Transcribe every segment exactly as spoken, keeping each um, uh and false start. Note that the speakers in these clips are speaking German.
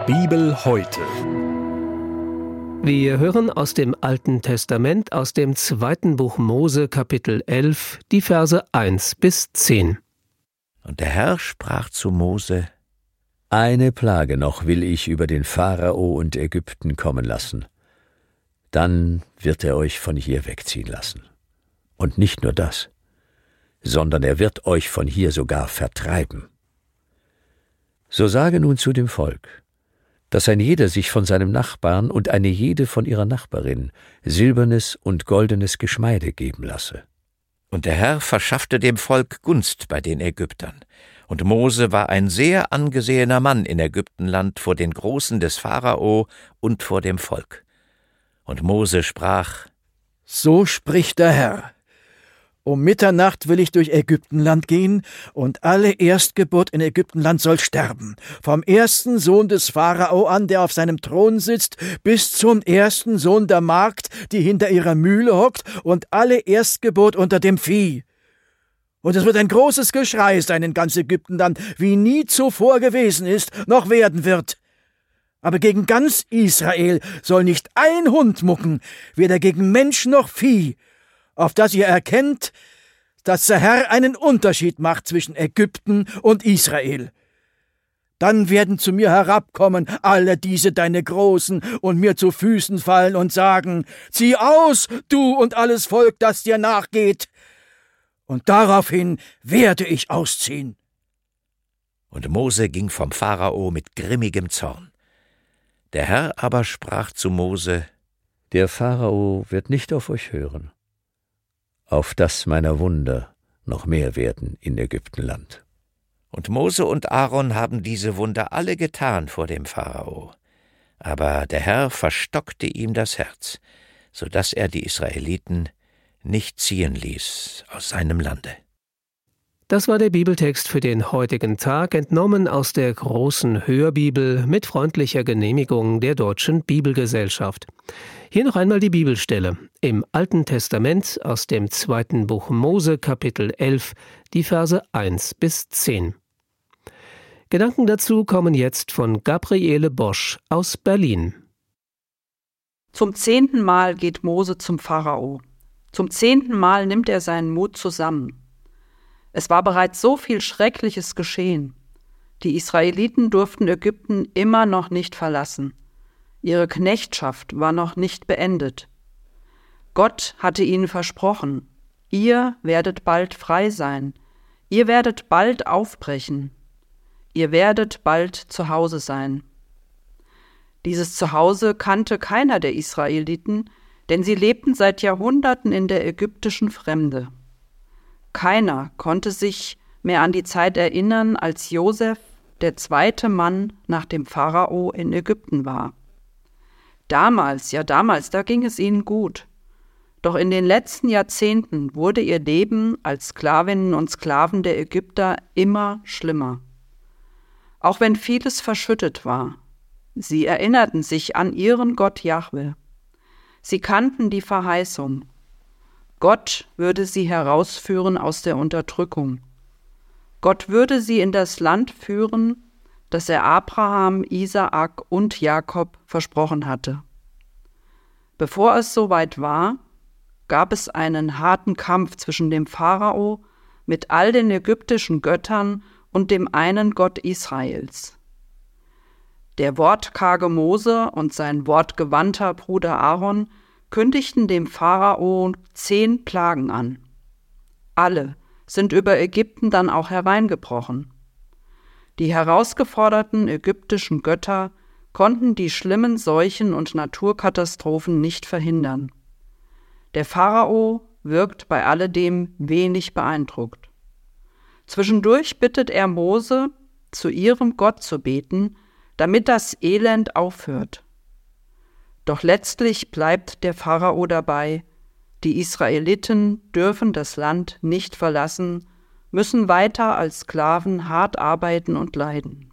Bibel heute. Wir hören aus dem Alten Testament, aus dem zweiten Buch Mose, Kapitel elf, die Verse eins bis zehn. Und der Herr sprach zu Mose: Eine Plage noch will ich über den Pharao und Ägypten kommen lassen. Dann wird er euch von hier wegziehen lassen. Und nicht nur das, sondern er wird euch von hier sogar vertreiben. So sage nun zu dem Volk, dass ein jeder sich von seinem Nachbarn und eine jede von ihrer Nachbarin silbernes und goldenes Geschmeide geben lasse. Und der Herr verschaffte dem Volk Gunst bei den Ägyptern. Und Mose war ein sehr angesehener Mann in Ägyptenland vor den Großen des Pharao und vor dem Volk. Und Mose sprach: So spricht der Herr: Um Mitternacht will ich durch Ägyptenland gehen, und alle Erstgeburt in Ägyptenland soll sterben, vom ersten Sohn des Pharao an, der auf seinem Thron sitzt, bis zum ersten Sohn der Magd, die hinter ihrer Mühle hockt, und alle Erstgeburt unter dem Vieh. Und es wird ein großes Geschrei sein in ganz Ägyptenland, wie nie zuvor gewesen ist, noch werden wird. Aber gegen ganz Israel soll nicht ein Hund mucken, weder gegen Mensch noch Vieh, auf das ihr erkennt, dass der Herr einen Unterschied macht zwischen Ägypten und Israel. Dann werden zu mir herabkommen alle diese deine Großen und mir zu Füßen fallen und sagen: Zieh aus, du und alles Volk, das dir nachgeht. Und daraufhin werde ich ausziehen. Und Mose ging vom Pharao mit grimmigem Zorn. Der Herr aber sprach zu Mose: Der Pharao wird nicht auf euch hören, auf dass meiner Wunder noch mehr werden in Ägyptenland. Und Mose und Aaron haben diese Wunder alle getan vor dem Pharao. Aber der Herr verstockte ihm das Herz, so dass er die Israeliten nicht ziehen ließ aus seinem Lande. Das war der Bibeltext für den heutigen Tag, entnommen aus der großen Hörbibel mit freundlicher Genehmigung der Deutschen Bibelgesellschaft. Hier noch einmal die Bibelstelle im Alten Testament aus dem zweiten Buch Mose, Kapitel elf, die Verse eins bis zehn. Gedanken dazu kommen jetzt von Gabriele Bosch aus Berlin. Zum zehnten Mal geht Mose zum Pharao. Zum zehnten Mal nimmt er seinen Mut zusammen. Es war bereits so viel Schreckliches geschehen. Die Israeliten durften Ägypten immer noch nicht verlassen. Ihre Knechtschaft war noch nicht beendet. Gott hatte ihnen versprochen: Ihr werdet bald frei sein. Ihr werdet bald aufbrechen. Ihr werdet bald zu Hause sein. Dieses Zuhause kannte keiner der Israeliten, denn sie lebten seit Jahrhunderten in der ägyptischen Fremde. Keiner konnte sich mehr an die Zeit erinnern, als Josef der zweite Mann nach dem Pharao in Ägypten war. Damals, ja damals, da ging es ihnen gut. Doch in den letzten Jahrzehnten wurde ihr Leben als Sklavinnen und Sklaven der Ägypter immer schlimmer. Auch wenn vieles verschüttet war, sie erinnerten sich an ihren Gott Jahwe. Sie kannten die Verheißung: Gott würde sie herausführen aus der Unterdrückung. Gott würde sie in das Land führen, das er Abraham, Isaak und Jakob versprochen hatte. Bevor es soweit war, gab es einen harten Kampf zwischen dem Pharao mit all den ägyptischen Göttern und dem einen Gott Israels. Der wortkarge Mose und sein wortgewandter Bruder Aaron kündigten dem Pharao zehn Plagen an. Alle sind über Ägypten dann auch hereingebrochen. Die herausgeforderten ägyptischen Götter konnten die schlimmen Seuchen und Naturkatastrophen nicht verhindern. Der Pharao wirkt bei alledem wenig beeindruckt. Zwischendurch bittet er Mose, zu ihrem Gott zu beten, damit das Elend aufhört. Doch letztlich bleibt der Pharao dabei: Die Israeliten dürfen das Land nicht verlassen, müssen weiter als Sklaven hart arbeiten und leiden.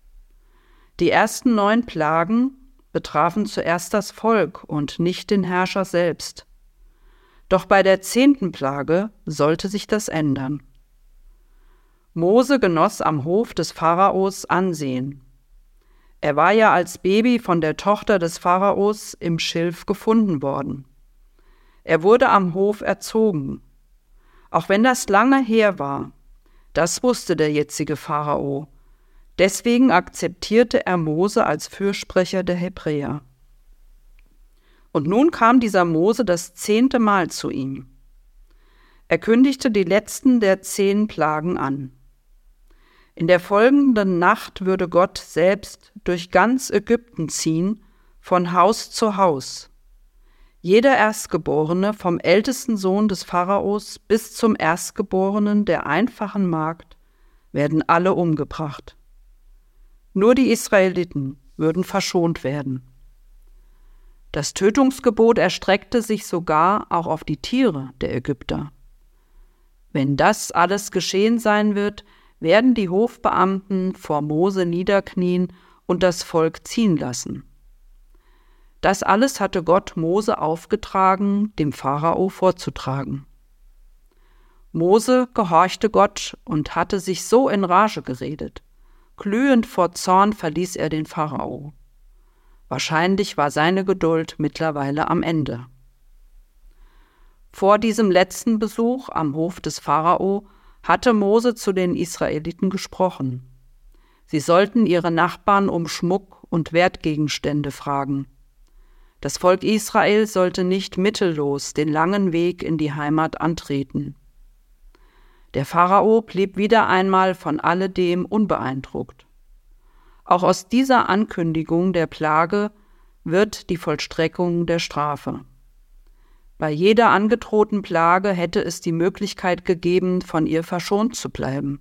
Die ersten neun Plagen betrafen zuerst das Volk und nicht den Herrscher selbst. Doch bei der zehnten Plage sollte sich das ändern. Mose genoss am Hof des Pharaos Ansehen. Er war ja als Baby von der Tochter des Pharaos im Schilf gefunden worden. Er wurde am Hof erzogen. Auch wenn das lange her war, das wusste der jetzige Pharao. Deswegen akzeptierte er Mose als Fürsprecher der Hebräer. Und nun kam dieser Mose das zehnte Mal zu ihm. Er kündigte die letzten der zehn Plagen an. In der folgenden Nacht würde Gott selbst durch ganz Ägypten ziehen, von Haus zu Haus. Jeder Erstgeborene, vom ältesten Sohn des Pharaos bis zum Erstgeborenen der einfachen Magd, werden alle umgebracht. Nur die Israeliten würden verschont werden. Das Tötungsgebot erstreckte sich sogar auch auf die Tiere der Ägypter. Wenn das alles geschehen sein wird, werden die Hofbeamten vor Mose niederknien und das Volk ziehen lassen. Das alles hatte Gott Mose aufgetragen, dem Pharao vorzutragen. Mose gehorchte Gott und hatte sich so in Rage geredet. Glühend vor Zorn verließ er den Pharao. Wahrscheinlich war seine Geduld mittlerweile am Ende. Vor diesem letzten Besuch am Hof des Pharao hatte Mose zu den Israeliten gesprochen. Sie sollten ihre Nachbarn um Schmuck und Wertgegenstände fragen. Das Volk Israel sollte nicht mittellos den langen Weg in die Heimat antreten. Der Pharao blieb wieder einmal von alledem unbeeindruckt. Auch aus dieser Ankündigung der Plage wird die Vollstreckung der Strafe. Bei jeder angedrohten Plage hätte es die Möglichkeit gegeben, von ihr verschont zu bleiben.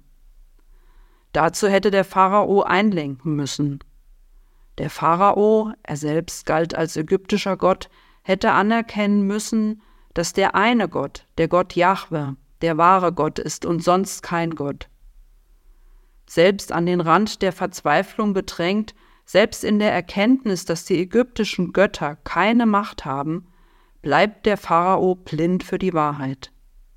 Dazu hätte der Pharao einlenken müssen. Der Pharao, er selbst galt als ägyptischer Gott, hätte anerkennen müssen, dass der eine Gott, der Gott Jahwe, der wahre Gott ist und sonst kein Gott. Selbst an den Rand der Verzweiflung gedrängt, selbst in der Erkenntnis, dass die ägyptischen Götter keine Macht haben, bleibt der Pharao blind für die Wahrheit.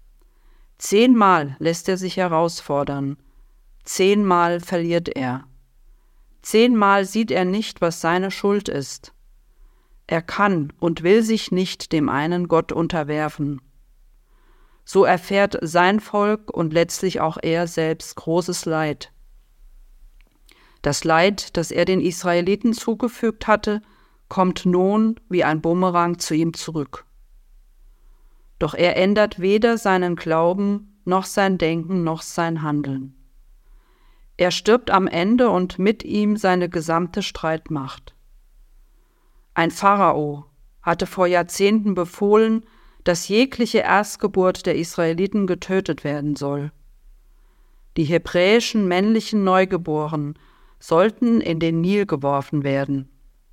Zehnmal lässt er sich herausfordern, zehnmal verliert er. Zehnmal sieht er nicht, was seine Schuld ist. Er kann und will sich nicht dem einen Gott unterwerfen. So erfährt sein Volk und letztlich auch er selbst großes Leid. Das Leid, das er den Israeliten zugefügt hatte, kommt nun wie ein Bumerang zu ihm zurück. Doch er ändert weder seinen Glauben, noch sein Denken, noch sein Handeln. Er stirbt am Ende und mit ihm seine gesamte Streitmacht. Ein Pharao hatte vor Jahrzehnten befohlen, dass jegliche Erstgeburt der Israeliten getötet werden soll. Die hebräischen männlichen Neugeborenen sollten in den Nil geworfen werden.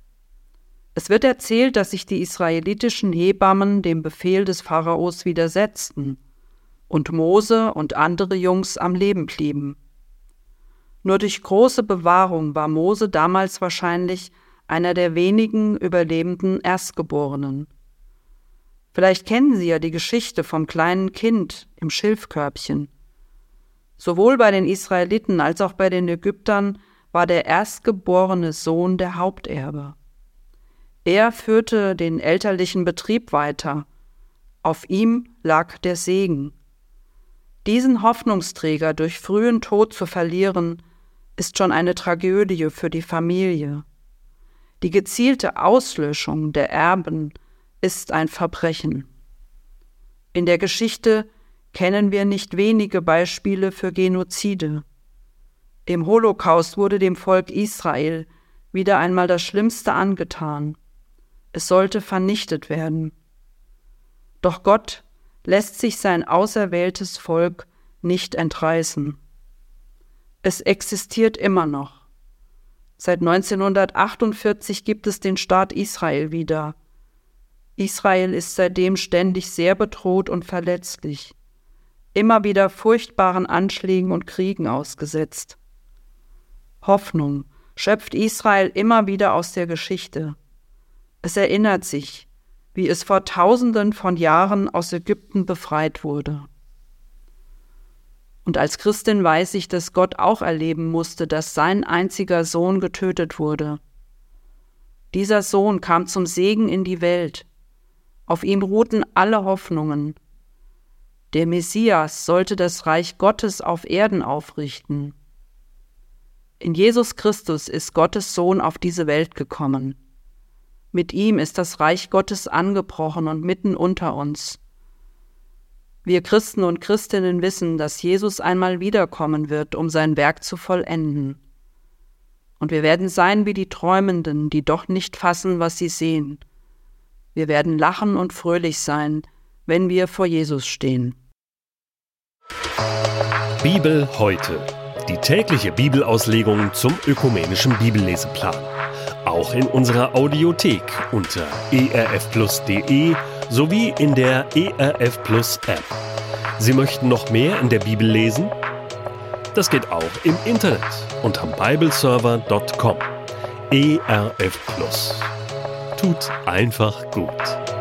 Es wird erzählt, dass sich die israelitischen Hebammen dem Befehl des Pharaos widersetzten und Mose und andere Jungs am Leben blieben. Nur durch große Bewahrung war Mose damals wahrscheinlich einer der wenigen überlebenden Erstgeborenen. Vielleicht kennen Sie ja die Geschichte vom kleinen Kind im Schilfkörbchen. Sowohl bei den Israeliten als auch bei den Ägyptern war der erstgeborene Sohn der Haupterbe. Er führte den elterlichen Betrieb weiter. Auf ihm lag der Segen. Diesen Hoffnungsträger durch frühen Tod zu verlieren, ist schon eine Tragödie für die Familie. Die gezielte Auslöschung der Erben ist ein Verbrechen. In der Geschichte kennen wir nicht wenige Beispiele für Genozide. Im Holocaust wurde dem Volk Israel wieder einmal das Schlimmste angetan. Es sollte vernichtet werden. Doch Gott lässt sich sein auserwähltes Volk nicht entreißen. Es existiert immer noch. Seit neunzehnhundertachtundvierzig gibt es den Staat Israel wieder. Israel ist seitdem ständig sehr bedroht und verletzlich, immer wieder furchtbaren Anschlägen und Kriegen ausgesetzt. Hoffnung schöpft Israel immer wieder aus der Geschichte. Es erinnert sich, wie es vor Tausenden von Jahren aus Ägypten befreit wurde. Und als Christin weiß ich, dass Gott auch erleben musste, dass sein einziger Sohn getötet wurde. Dieser Sohn kam zum Segen in die Welt. Auf ihm ruhten alle Hoffnungen. Der Messias sollte das Reich Gottes auf Erden aufrichten. In Jesus Christus ist Gottes Sohn auf diese Welt gekommen. Mit ihm ist das Reich Gottes angebrochen und mitten unter uns. Wir Christen und Christinnen wissen, dass Jesus einmal wiederkommen wird, um sein Werk zu vollenden. Und wir werden sein wie die Träumenden, die doch nicht fassen, was sie sehen. Wir werden lachen und fröhlich sein, wenn wir vor Jesus stehen. Bibel heute. Die tägliche Bibelauslegung zum ökumenischen Bibelleseplan. Auch in unserer Audiothek unter e r f plus punkt d e sowie in der E R F Plus App. Sie möchten noch mehr in der Bibel lesen? Das geht auch im Internet unter bibleserver punkt com. E R F Plus. Tut einfach gut.